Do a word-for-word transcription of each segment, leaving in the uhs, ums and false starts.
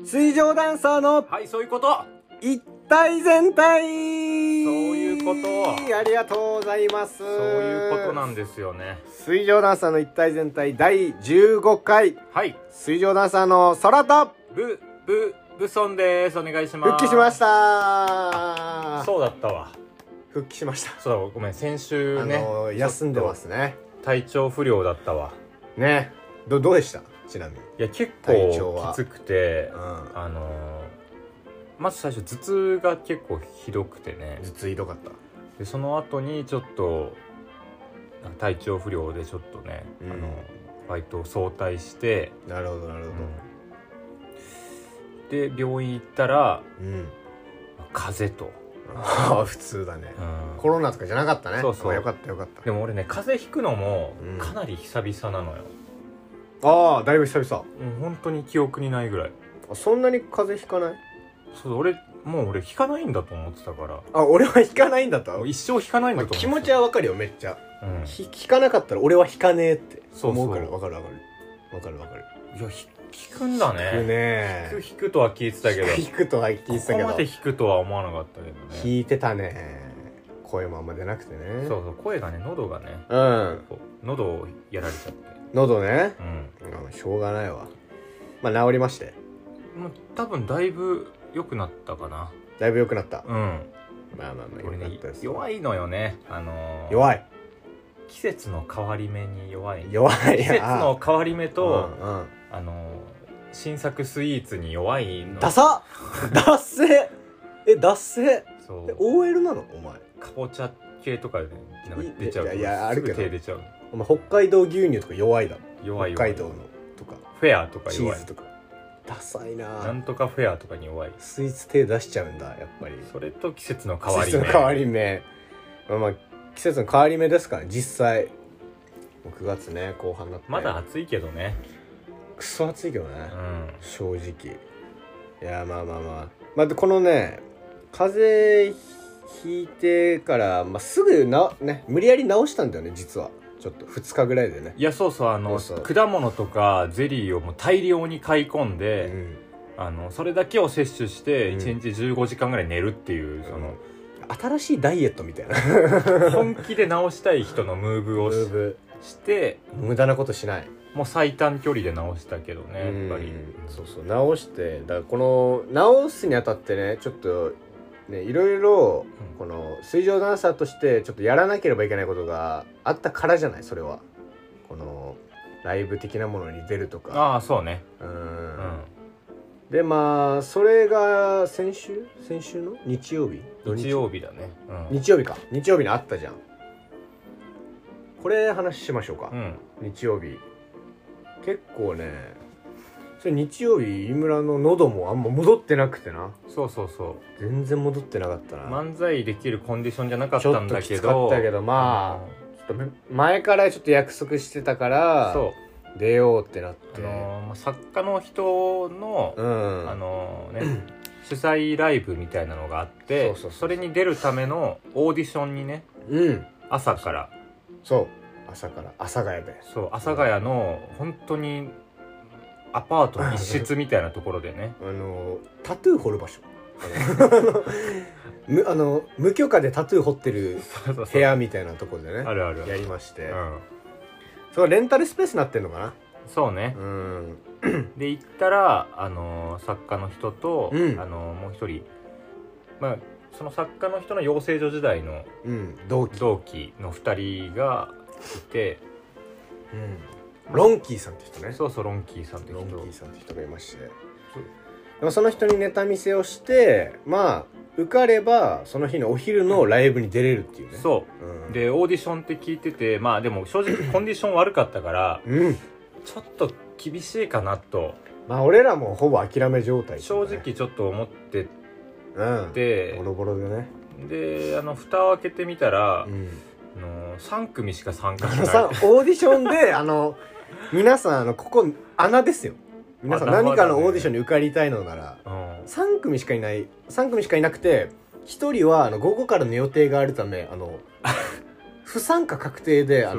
水上ダンサーのはい、そういうこと。 一体全体。そういうことありがとうございます。そういうことなんですよね。 水上ダンサーの一体全体だいじゅうごかい。 はい。 水上ダンサーの空とブ、ブ、ブソンです。お願いします。 復帰しました。 そうだったわ。 復帰しました。 そうだ、ごめん、先週ね。 あのー、休んでますね。 体調不良だったわ。 ね。ど、どうでしたちなみに。 いや、結構きつくて、うん、あのー、まず最初頭痛が結構ひどくてね。 頭痛ひどかった。 で、その後にちょっと、体調不良でちょっとね、うん、あの、バイトを早退して、 なるほど、なるほど。 うん、で、病院行ったら、うん、風邪と。 ああ、普通だね、うん、コロナとかじゃなかったね。 そうそう、 よかったよかった。 でも俺ね、風邪ひくのもかなり久々なのよ、 うん、ああ、だいぶ久々。 うん、本当に記憶にないぐらい。 あ、そんなに風邪ひかない？ そう、俺もう俺ひかないんだと思ってたから。 あ、俺はひかないんだと。 一生ひかないんだと思ってた、 まあ、気持ちはわかるよ、めっちゃ、うん、ひひかなかったら俺はひかねえって思うから。わかるわかるわかるわかる。 いや、ひ引くんだね。 引くね。 引く引くとは聞いてたけど。 引くとは聞いてたけど。 ここまで引くとは思わなかったけどね。 引いてたね。声もあんま出なくてね。 そうそう、声がね、喉がね。 うん。 喉をやられちゃって。 喉ね。 うん。 しょうがないわ。まあ治りまして。 もう多分だいぶ良くなったかな。 だいぶ良くなった。 うん。 まあまあまあ、 俺ね、弱いのよね。あのー、 弱い。 季節の変わり目に弱い。 弱い。 季節の変わり目と、 うんうん、 あのー、新作スイーツに弱いの。 ダサダッセえ、ダッセそう。 オーエル なのお前。 かぼちゃ系とかで、ね、なんか出ちゃう。 いやいや、あるけど。 手出ちゃう。 お前、北海道牛乳とか弱いだろ。 弱い。 北海道のとか。 フェアとか弱い。 チーズとか。ダサいな。 なんとかフェアとかに弱い。 スイーツ手出しちゃうんだ、やっぱり。 それと季節の変わり目。 季節の変わり目。まあまあ、季節の変わり目ですからね、実際。くがつね、後半になって。 まだ暑いけどね。 くそ暑いけどね、 うん、 正直。いや、まあまあまあ。まあ、このね、風邪ひいてから、まあ、すぐな、ね、無理やり治したんだよね、実は。ちょっとふつかぐらいでね。 いや、そうそう、あの、そうそう、果物とかゼリーをもう大量に買い込んで、うん、あの、それだけを摂取して、いちにちじゅうごじかんぐらい寝るっていう、うん、その、 新しいダイエットみたいな。 本気で治したい人のムーブを し, ムーブして無駄なことしない。 もう最短距離で治したけどね、やっぱり。 そうそう、直して、だからこの直すにあたってね、ちょっとね、いろいろこの水上ダンサーとしてちょっとやらなければいけないことがあったからじゃない。それはこのライブ的なものに出るとか。 ああ、そうね。 うん、うん、で、まあそれが先週先週の日曜日日曜日だね、 うん、日曜日か。日曜日にあったじゃん。これ話しましょうか、うん、日曜日結構ね、それ日曜日飯村の喉もあんま戻ってなくてな。 そうそうそう、 全然戻ってなかったな。 漫才できるコンディションじゃなかったんだけど、ちょっときつかったけど、まあちょっと前からちょっと約束してたからそう出ようってなって、あのー、作家の人の、うん、あのー、ね主催ライブみたいなのがあって、そうそうそうそう、それに出るためのオーディションにね、うん、朝からそう朝から阿佐ヶ谷で、 そう阿佐ヶ谷の本当にアパートの一室みたいなところでねあのタトゥー彫る場所むあの無許可でタトゥー彫ってる部屋みたいなところでねあるあるやりまして、うん、そうレンタルスペースになってんのかな。 そうね、うん、で行ったらあの作家の人と、うん、あのもう一人、まあその作家の人の養成所時代の同期、同期のふたりがいて、 うん、ロンキーさんって人ね。 そうそう、ロンキーさんって人ロンキーさんって人がいまして、でもその人にネタ見せをして、まあ受かればその日のお昼のライブに出れるっていうね。 そう、うん、でオーディションって聞いてて、まあでも正直コンディション悪かったから、うん、ちょっと厳しいかなと。 まあ俺らもほぼ諦め状態、ね、 正直ちょっと思ってて、うん、ボロボロでね。 であの蓋を開けてみたら、うん、あのさん組しか参加しない。 オーディションであの皆さんあのここ穴ですよ。皆さん何かのオーディションに受かりたいのなら、うん、さん組しかいないさん組しかいなくて、ひとりはあの午後からの予定があるためあの不参加確定であの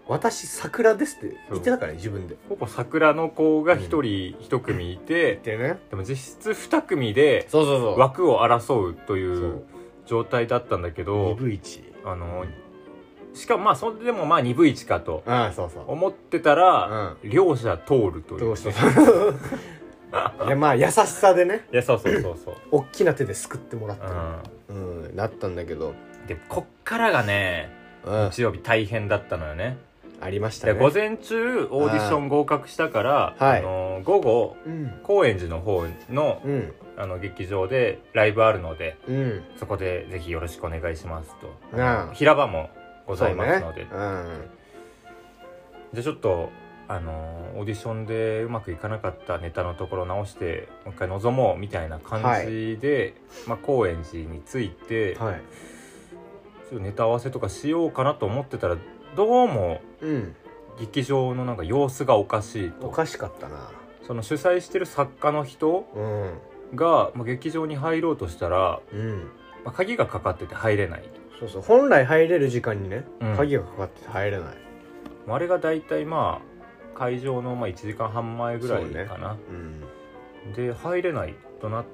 私桜ですって言ってたからね、自分で。 ほぼ桜の子が一人一組いて、 でね、 でも実質二組でそうそうそう枠を争うという状態だったんだけど、 にぶいち、 あのしかもまあそれでもまあにぶいちかとああそうそう思ってたら、 うん、 両者通るという、 どうしていやまあ優しさでね、 いやそうそうそうそう大きな手ですくってもらったうん、 うん、なったんだけど、 でこっからがね、 うん、 日曜日大変だったのよね。 ありましたね。 で午前中オーディション合格したから、あ、 はい、 あの午後、うん、高円寺の方の、うん、あの劇場でライブあるので、うん、そこでぜひよろしくお願いしますと、うん、平場もございますので、ね、うん、じゃあちょっとあのオーディションでうまくいかなかったネタのところ直してもう一回臨もうみたいな感じで、はい、まあ、高円寺に着いて、はい、ちょっとネタ合わせとかしようかなと思ってたら、どうも、うん、劇場のなんか様子がおかしいと。 おかしかったな。 その主催してる作家の人が、うん、まあ、劇場に入ろうとしたら、うん、まあ、鍵がかかってて入れない。 そうそう、本来入れる時間にね、うん、鍵がかかってて入れない。 あれがだいたいまあ会場のまあいちじかんはんまえぐらいかな、ね、うん、で入れないとなって、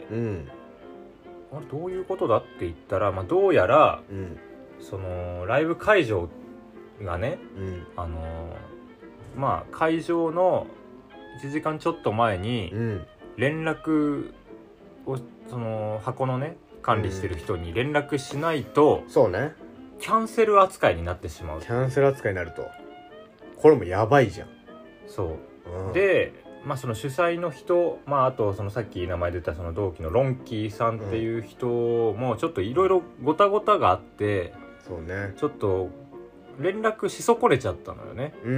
うん、あれどういうことだって言ったら、まあ、どうやら、うん、そのライブ会場がね、うん、あのー、まあ会場のいちじかんちょっと前に連絡を、その箱のね管理してる人に連絡しないと、 うん、そうね、 キャンセル扱いになってしまう。 キャンセル扱いになると、これもやばいじゃん。 そう、うん、で、まあその主催の人、まああとそのさっき名前出たその同期のロンキーさんっていう人もちょっといろいろごたごたがあって、 そうね、 ちょっと連絡し損ねちゃったのよね。 うん、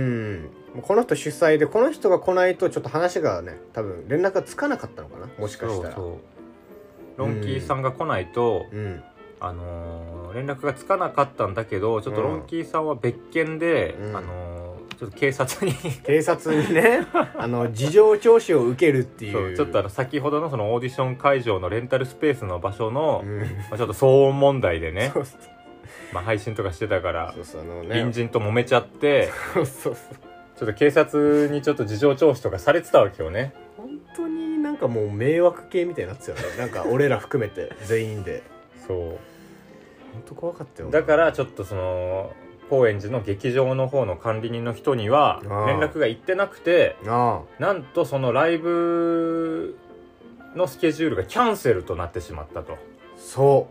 この人主催でこの人が来ないとちょっと話がね、多分連絡がつかなかったのかな、もしかしたら。そうそう、 ロンキーさんが来ないと、うん、あのー、連絡がつかなかったんだけど、ちょっとロンキーさんは別件で、うん、あのー、ちょっと警察に警察にねあの事情聴取を受けるっていう、 そうちょっとあの先ほどのそのオーディション会場のレンタルスペースの場所の、うん、まあ、ちょっと騒音問題でねそうそう、まあ、配信とかしてたからそうそう、あのね、隣人と揉めちゃってそうそうそう、ちょっと警察にちょっと事情聴取とかされてたわけよね。 本当になんかもう迷惑系みたいになってたよねなんか俺ら含めて全員で。そう、本当怖かったよ。 だからちょっとその高円寺の劇場の方の管理人の人には連絡が行ってなくて、ああ、なんとそのライブのスケジュールがキャンセルとなってしまったと。 そう、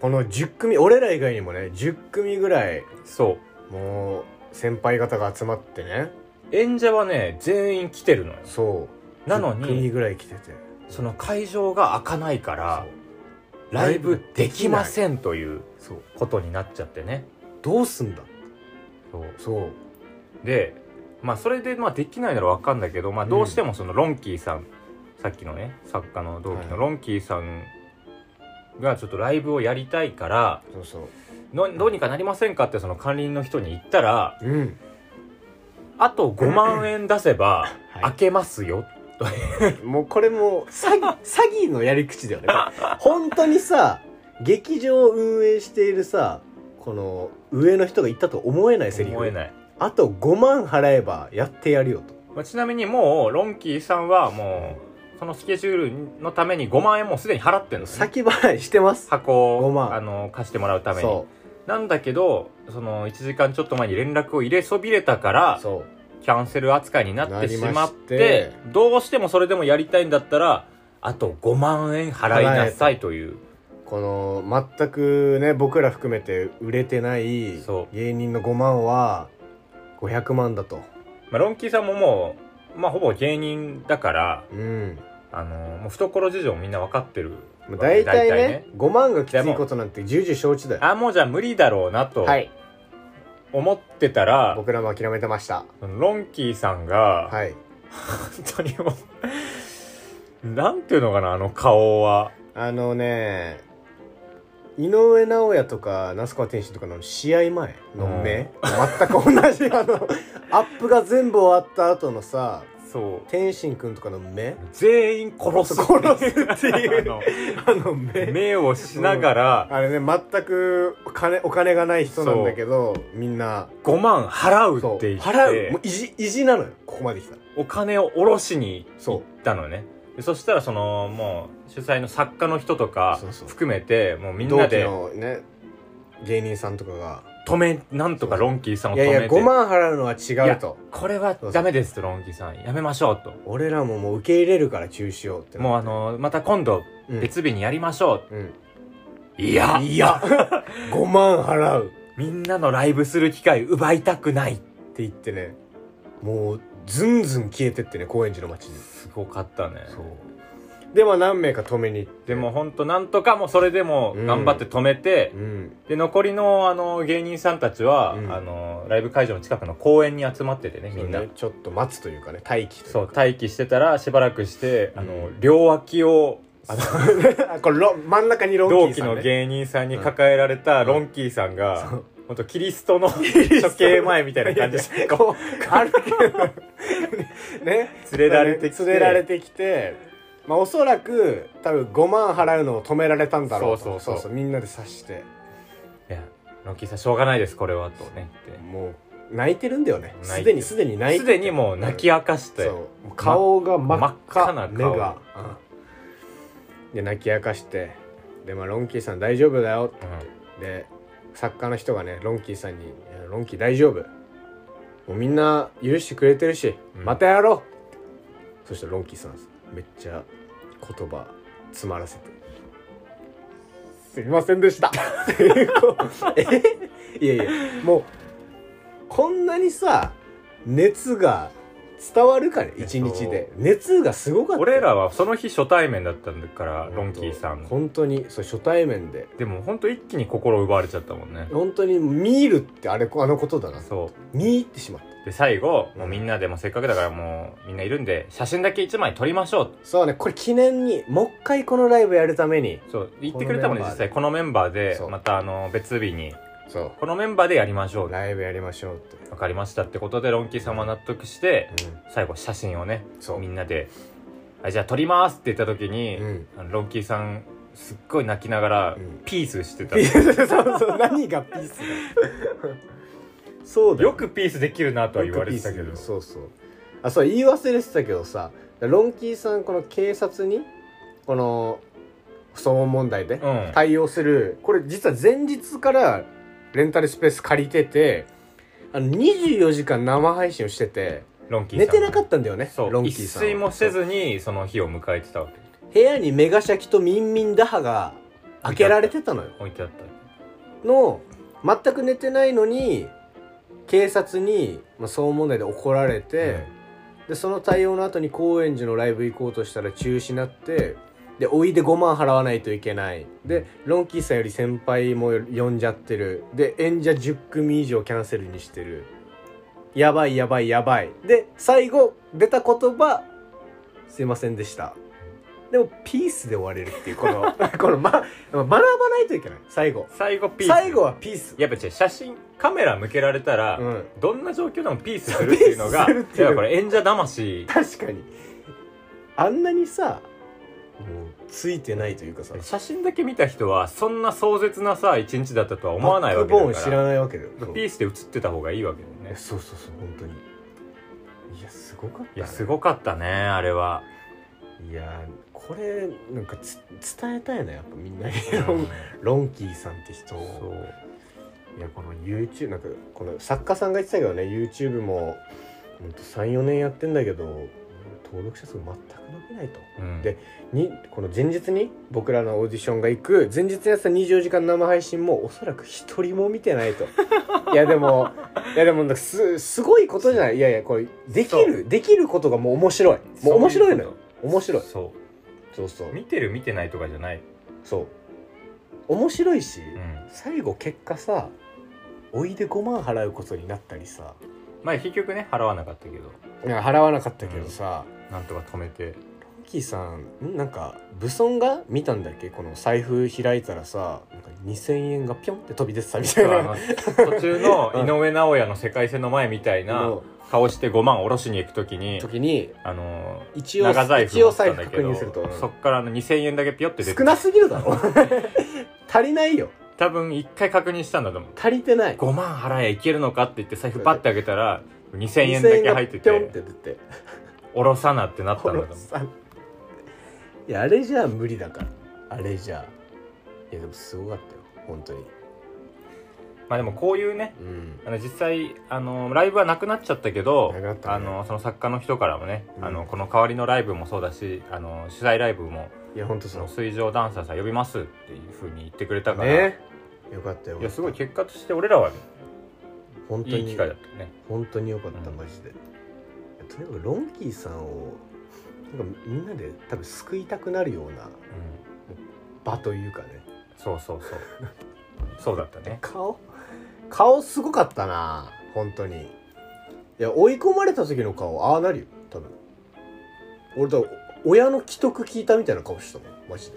このじゅっくみ、俺ら以外にもねじゅっくみぐらい、 そうもう先輩方が集まってね、 演者はね全員来てるのよ。 そうなのにじゅっくみぐらい来てて、 その会場が開かないからライブできませんということになっちゃってね。 どうすんだ。 そうそうで、まあそれでまあできないなら分かんだけど、まあどうしてもそのロンキーさん、うん、さっきのね作家の同期のロンキーさんがちょっとライブをやりたいから、そうそうのどうにかなりませんかってその管理人の人に言ったら、うん、あとごまんえん出せば開けますよ、はい、 もうこれも詐欺詐欺のやり口だよね本当にさ、劇場を運営しているさこの上の人が言ったと思えないセリフ。 思えない。 あとごまん払えばやってやるよと、 まあ、ちなみにもうロンキーさんはもうそのスケジュールのためにごまんえんもうすでに払ってるの、ね、 先払いしてます。 箱をあの貸してもらうために。そうなんだけど、そのいちじかんちょっと前に連絡を入れそびれたからそうキャンセル扱いになってしまって、どうしてもそれでもやりたいんだったらあとごまんえん払いなさいという、 この全くね僕ら含めて売れてない芸人のごまんはごひゃくまんだと。 まあ、ロンキーさんももう、まあ、ほぼ芸人だから、うん、あのもう懐事情みんな分かってる。 大体ね、ねごまんがきついことなんて重々承知だよ。 あもうじゃあ無理だろうなと思ってたら、はい、 僕らも諦めてました。 ロンキーさんが、はい、本当にもうなんていうのかな、あの顔は。あのね井上尚弥とか那須川天心とかの試合前の目、うん、全く同じあのアップが全部終わった後のさそう天心くんとかの目全員殺す殺すっていうあのあの目目をしながら、 あれね全くお金お金がない人なんだけどみんなごまん払うって言って払うもう意地意地なのよここまで来たお金を下ろしに行ったのね。でそしたらそのもう主催の作家の人とか含めてもうみんなで同期のね芸人さんとかが止めなんとかロンキーさんを止めて、 いやいやごまん払うのは違うと、 これはダメですとロンキーさんやめましょうと、 俺らももう受け入れるから中止しようってもうあのまた今度別日にやりましょう、うん、いやいやごまん払うみんなのライブする機会奪いたくないって言ってねもうずんずん消えてってね高円寺の街にすごかったね。 そうでも何名か止めに行ってでもほんとなんとかもそれでも頑張って止めて、うんうん、で残りのあの芸人さんたちは、うん、あのライブ会場の近くの公園に集まっててねみんな、ね、 ちょっと待つというかね待機そう待機してたらしばらくして、うん、あの両脇をあのこれ真ん中にロンキーさん、ね、 同期の芸人さんに抱えられたロンキーさんが、うんほんとキリストの処刑前みたいな感じでこうあるけどね連れられてきて連れられてきてまあおそらく多分ごまん払うのを止められたんだろうとそうそうそうそうみんなで刺していやロンキーさんしょうがないですこれはとねってもう泣いてるんだよねすでにすでに泣いてすでにもう泣き明かして、 そう顔が真っ赤な目が、うん、で泣き明かしてでまあロンキーさん大丈夫だよって、うん、で作家の人がねロンキーさんに「ロンキー大丈夫もうみんな許してくれてるし、うん、またやろう」そしたらロンキーさんめっちゃ言葉詰まらせて「すいませんでした」えいやいやもうこんなにさ熱が伝わるかね一日で熱がすごかった。 俺らはその日初対面だったんだからロンキーさん本当にそう初対面ででも本当一気に心奪われちゃったもんね。 本当に見るってあれあのことだな。 そう見入ってしまった。 で最後もうみんなでもせっかくだからもうみんないるんで写真だけ一枚撮りましょう。 そうねこれ記念にもう一回このライブやるためにそう言ってくれたもんね実際このメンバーでまたあの別日にそうこのメンバーでやりましょうライブやりましょうって分かりましたってことでロンキーさんも納得して、うん、最後写真をねみんなで「はいじゃあ撮ります」って言った時に、うん、あのロンキーさんすっごい泣きながら、うん、ピースしてたそうそう何がピースだそうだよ, よくピースできるなとは言われてたけどそうそうあそう言い忘れてたけどさロンキーさんこの警察にこの騒音問題で対応する、うん、これ実は前日からレンタルスペース借りててあのにじゅうよじかん生配信をしててロンキーさん寝てなかったんだよね。 そうロンキーさん一睡もせずにその日を迎えてたわけ。部屋にメガシャキとミンミンダハが開けられてたのよ。 置いてあったの全く寝てないのに警察に、まあ、騒音問題で怒られて、うん、でその対応の後に高円寺のライブ行こうとしたら中止になってでおいでごまん払わないといけないでロンキーさんより先輩も呼んじゃってるで演者じゅっくみ以上キャンセルにしてるやばいやばいやばいで最後出た言葉すいませんでしたでもピースで終われるっていうこのこの、ま、学ばないといけない最後最後ピース最後はピースやっぱ写真カメラ向けられたら、うん、どんな状況でもピースするっていうのがいやこれ演者魂確かにあんなにさもうついてないというかさ写真だけ見た人はそんな壮絶なさ一日だったとは思わないわけだからバックボーン知らないわけだよピースで写ってた方がいいわけだよね。 そうそうそう本当にいやすごかった、ね、 いやすごかったねあれは。 いやこれなんかつ伝えたいなやっぱみんなにロン、ロンキーさんって人をそういやこの YouTube なんかこの作家さんが言ってたけどね YouTube もほんと さんよねんやってんだけど登録者数全く伸びないと、うん、でにこの前日に僕らのオーディションが行く前日のやつはにじゅうよじかん生配信もおそらく一人も見てないといやでもいやでもすすごいことじゃないいやいやこれできるできることがもう面白いもう面白いのよ面白いそうそうそう見てる見てないとかじゃないそう面白いし、うん、最後結果さおいでごまん払うことになったりさまあ結局ね払わなかったけどいや払わなかったけどさ、 うん、なんとか止めてロンキーさんなんかブソンが見たんだっけこの財布開いたらさなんかにせんえんがピョンって飛び出てたみたいな途中の井上尚弥の世界戦の前みたいな顔してごまん下ろしに行く時に時にあのー、 一応長財布持ったんだけど一応財布確認すると、うん、 そっからのにせんえんだけピヨって出て少なすぎるだろ足りないよ多分一回確認したんだと思う足りてないごまん払えいけるのかって言って財布パッて開けたらにせんえんだけ入っててピョンって出て下ろさなってなったんだと思ういやあれじゃ無理だからあれじゃいやでもすごかったよ本当にまあでもこういうね、 うん、 あの実際あのライブはなくなっちゃったけど、 ね、 あのその作家の人からもね、 うん、 あのこの代わりのライブもそうだしあの取材ライブもいや本当そう水上ダンサーさん呼びますっていう風に言ってくれたから、 ね、よかったよいやすごい結果として俺らは本当にいい機会だったね本当によかった、うん、マジでとにかくロンキーさんをなんかみんなで多分救いたくなるような、うん、場というかねそうそうそうそうだったね顔顔すごかったな本当にいや追い込まれた時の顔ああなるよ多分俺だ親の既得聞いたみたいな顔したもんマジで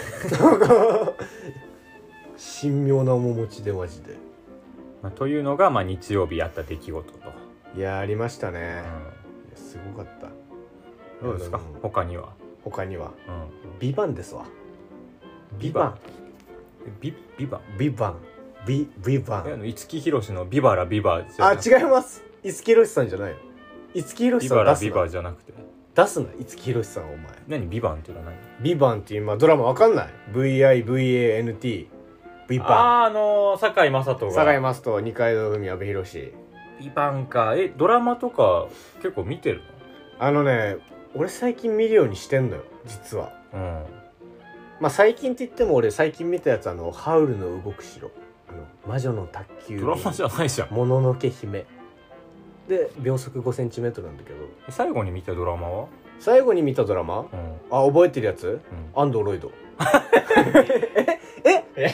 神妙な面持ちでマジで、 まあ、というのが、まあ、日曜日あった出来事といやありましたね、うん、いやすごかったどうですか他には他には、 うん、 ビバンですわビバンビビバンビバンビビバン五木ひろしのビバラビバじゃあ違います五木ひろしさんじゃないよ五木ひろしさん出すなビバラビバじゃなくて出すな五木ひろしさんお前何ビバンっていうのは何ビバンっていう、まあ、ドラマわかんない ブイアイブイエーエヌティー ビバンあーあのー、堺雅人が堺雅人二階堂ふみ阿部寛ビバンかえドラマとか結構見てるのあのね俺最近見るようにしてんのよ実はうんまあ最近って言っても俺最近見たやつあのハウルの動く城あの魔女の宅急便ドラマじゃないじゃんもののけ姫で秒速ごセンチメートルなんだけど最後に見たドラマは最後に見たドラマ、 うん、 あ覚えてるやつ、うん、アンドロイドえええ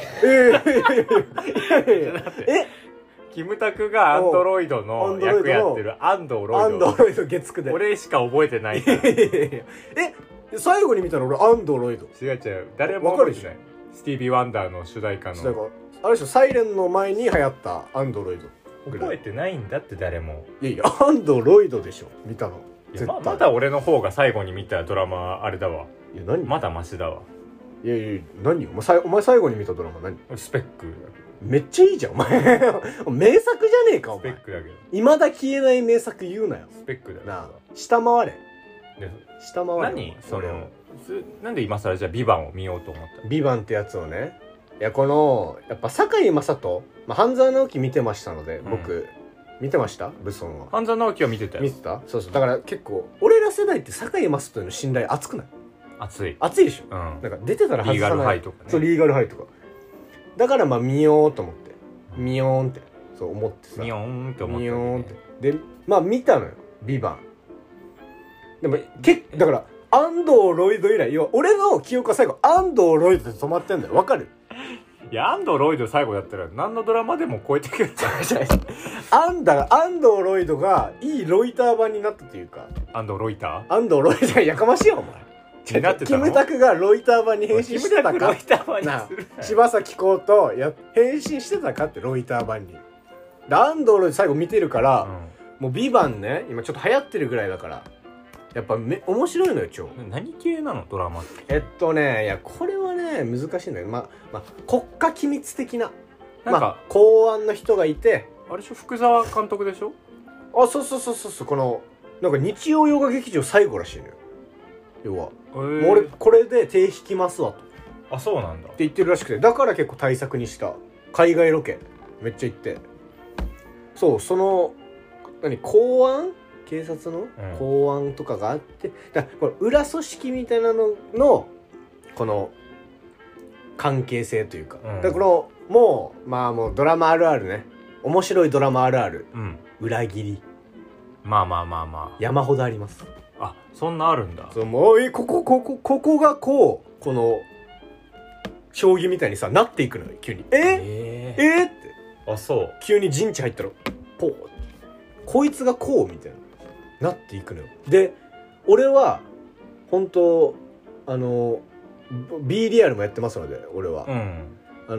ええキムタクがアンドロイドの役やってるアンドロイドアンドロイド月9で俺しか覚えてないえ最後に見たら俺アンドロイド違う違う誰も覚えてないスティービー・ワンダーの主題歌のあれでしょサイレンの前に流行ったアンドロイド覚えてないんだって誰もいやいやアンドロイドでしょ見たのいや ま, まだ俺の方が最後に見たドラマあれだわいや何まだマシだわいやいや何お前お前最後に見たドラマ何スペックめっちゃいいじゃんお前名作じゃねえかお前スペックだけど未だ消えない名作言うなよスペックだよなあ下回れ下回れ何そのなんで今更じゃあビバンを見ようと思ったビバンってやつをねいやこのやっぱ堺雅人、まあ、半沢直樹見てましたので、うん、僕見てましたブソンは半沢直樹は見てたよ見てたそうそうだから結構俺ら世代って堺雅人への信頼厚くない熱い熱いでしょ、 うん、 なんか出てたら外さないリーガルハイとかねそうリーガルハイとかだからまあ見ようと思って見よーんってそう思ってさ見よーんって思って、 ね、見よーんってでまあ見たのよビバンでもけだからアンドロイド以来要は俺の記憶は最後アンドロイドで止まってんだよわかるいやアンドロイド最後だったら何のドラマでも超えてくるじゃんアンダアンドロイドがいいロイター版になったというかアンドロイターアンドロイターやかましいよお前になってたのキムタクがロイター版に変身してたかロイター版にする柴咲コウとや変身してたかってロイター版にでアンドロイド最後見てるから、うん、もうビバンね今ちょっと流行ってるぐらいだからやっぱめ面白いのよ超何系なのドラマってえっとねいやこれはね難しいんだけどまあ、まあ、国家機密的ななんか、 まあ、公安の人がいてあれでしょ福沢監督でしょあそうそうそうそうそうこのなんか日曜洋画劇場最後らしいのよ要は、えー、もう俺これで手引きますわとあそうなんだって言ってるらしくてだから結構対策にした海外ロケめっちゃ行ってそうその何公安警察の公安とかがあって、うん、だからこれ裏組織みたいなののこの関係性というか、うん、だからこのもうまあもうドラマあるあるね面白いドラマあるある、うん、裏切りまあまあまあまあ山ほどありますあそんなあるんだそうもうえここここここがこうこの将棋みたいにさなっていくのよ急にえー、えー、えー、ってあそう急に陣地入ったらポーこいつがこうみたいななっていくのよで俺は本当あの B リアルもやってますので俺は、うん、あの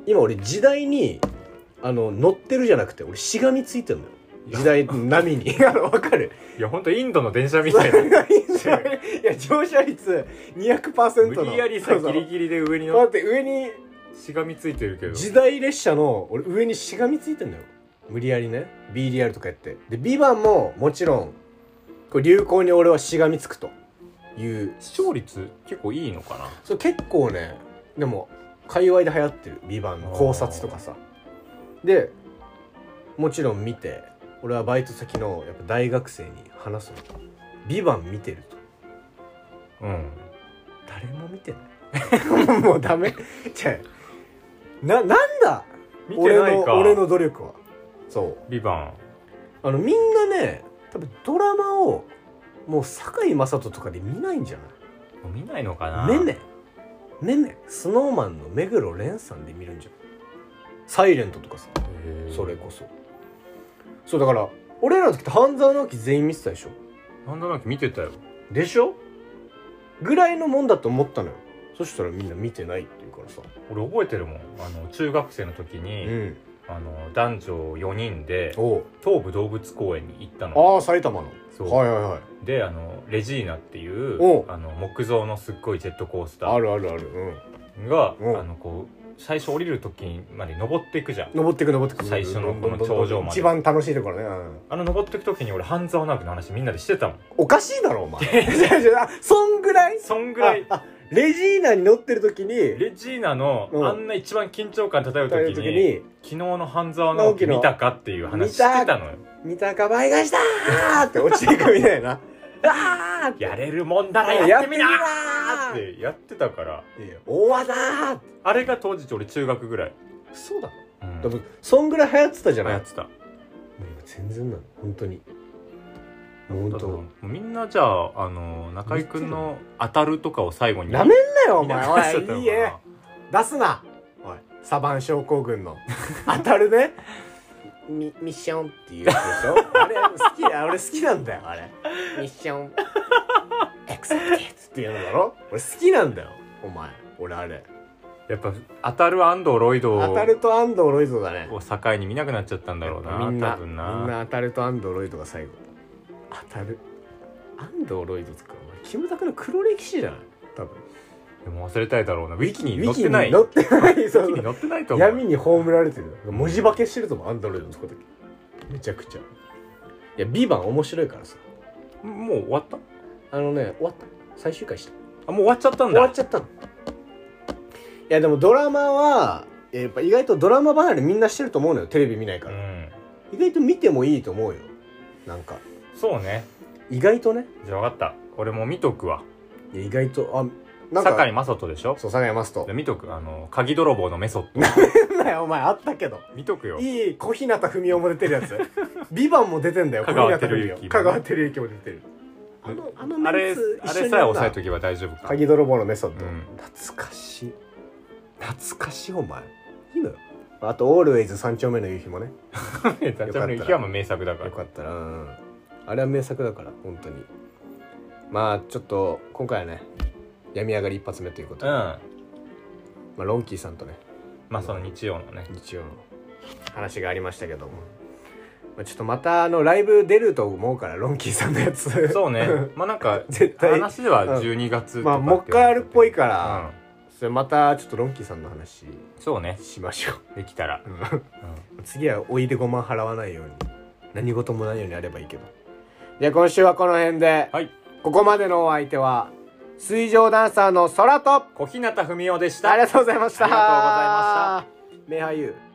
今俺時代にあの乗ってるじゃなくて俺しがみついてんのよ時代の波にあの分かるいやほんとインドの電車みたいないや乗車率 にひゃくパーセント の無理やりさギリギリで上に乗待って上にしがみついてるけど時代列車の俺上にしがみついてんのよ無理やりね ビーリアル とかやってでビバンももちろんこれ流行に俺はしがみつくという視聴率結構いいのかなそれ結構ねでも界隈で流行ってるビバンの考察とかさでもちろん見て俺はバイト先のやっぱ大学生に話すのビバン見てるとうん誰も見てないもうダメじゃあな、なんだ見てないか俺の俺の努力はそうビバンあのみんなね多分ドラマをもう堺雅人とかで見ないんじゃないもう見ないのかなねねねねスノーマンの目黒蓮さんで見るんじゃんサイレントとかさそれこそそうだから俺らの時って半沢直樹全員見てたでしょ半沢直樹見てたよでしょぐらいのもんだと思ったのよそしたらみんな見てないって言うからさ俺覚えてるもんあの中学生の時に、うん、あの男女よにんで東武動物公園に行ったのああ埼玉のそうはいはいはいであのレジーナっていうあの木造のすっごいジェットコースターあるあるある、 うん、があのこう最初降りる時まで登っていくじゃん登っていく登っていく最初のこの頂上まで一番楽しいところね、うん、 あの登っていく時に俺半沢直樹の話みんなでしてたもんおかしいだろお前そんぐらいそんぐらいレジーナに乗ってる時にレジーナのあんな一番緊張感漂う時に、うん、時に昨日の半沢直樹見たかっていう話してたのよ見たか倍返しだーって落ちていくみたいなあやれるもんだらやってみなーってやってたから大技ーあれが当時俺中学ぐらいそうだ、うん、多分そんぐらい流行ってたじゃない流行ってたもう全然なの本当に本当もうみんなじゃあ、あの中居君の当たるとかを最後になめんなよお前おいいいえ出すなおいサバン症候群の当たるねミ, ミッションっていうやつでしょあれ好き俺好きなんだよあれミッションエクセプティっていうのだろ俺好きなんだよお前俺あれやっぱ当たる安藤ロイド当たると安藤ロイドだねを境に見なくなっちゃったんだろうなみんな多分なみんな当たると安藤ロイドが最後当たる安藤ロイドとかキムタクの黒歴史じゃない多分でも忘れたいだろうなウィキに載ってない載ってないそうウィキに載ってないと思う闇に葬られてる文字化けしてると思うアンドロイドのとこだけめちゃくちゃいやビバン面白いからさもう終わったあのね終わった最終回したあもう終わっちゃったんだ終わっちゃったのいやでもドラマはやっぱ意外とドラマ離れみんなしてると思うのよテレビ見ないから、うん、意外と見てもいいと思うよなんかそうね意外とねじゃあ分かった俺も見とくわいや意外とあなんか堺雅人でしょそう堺雅人見とくあの鍵泥棒のメソッドなめんなよお前あったけど見とくよいい小日向文雄も出てるやつビバンも出てんだよ香川照之香川照之も出てるあのあのあれあれさえ押さえとけば大丈夫か鍵泥棒のメソッド、 うん、 懐かしい懐かしいお前いいのよあとオールウェイズ三丁目の夕日もね三丁目の夕日はもう名作だからよかったら、うん、あれは名作だから本当にまあちょっと今回はね病み上がり一発目ということで、うんまあ、ロンキーさんとねまあその日曜のね日曜の話がありましたけども、まあ、ちょっとまたあのライブ出ると思うからロンキーさんのやつそうねまあなんか絶対話ではじゅうにがつとか、 うん、まあもう一回あるっぽいから、うんそれまたちょっとロンキーさんの話そうねしましょうできたら、うんうん、次はおいでごまん払わないように何事もないようにあればいいけどじゃあ今週はこの辺で、 はい、 ここまでのお相手は水上ダンサーの空と小日向文雄でした。 ありがとうございました。 ありがとうございました。 名俳優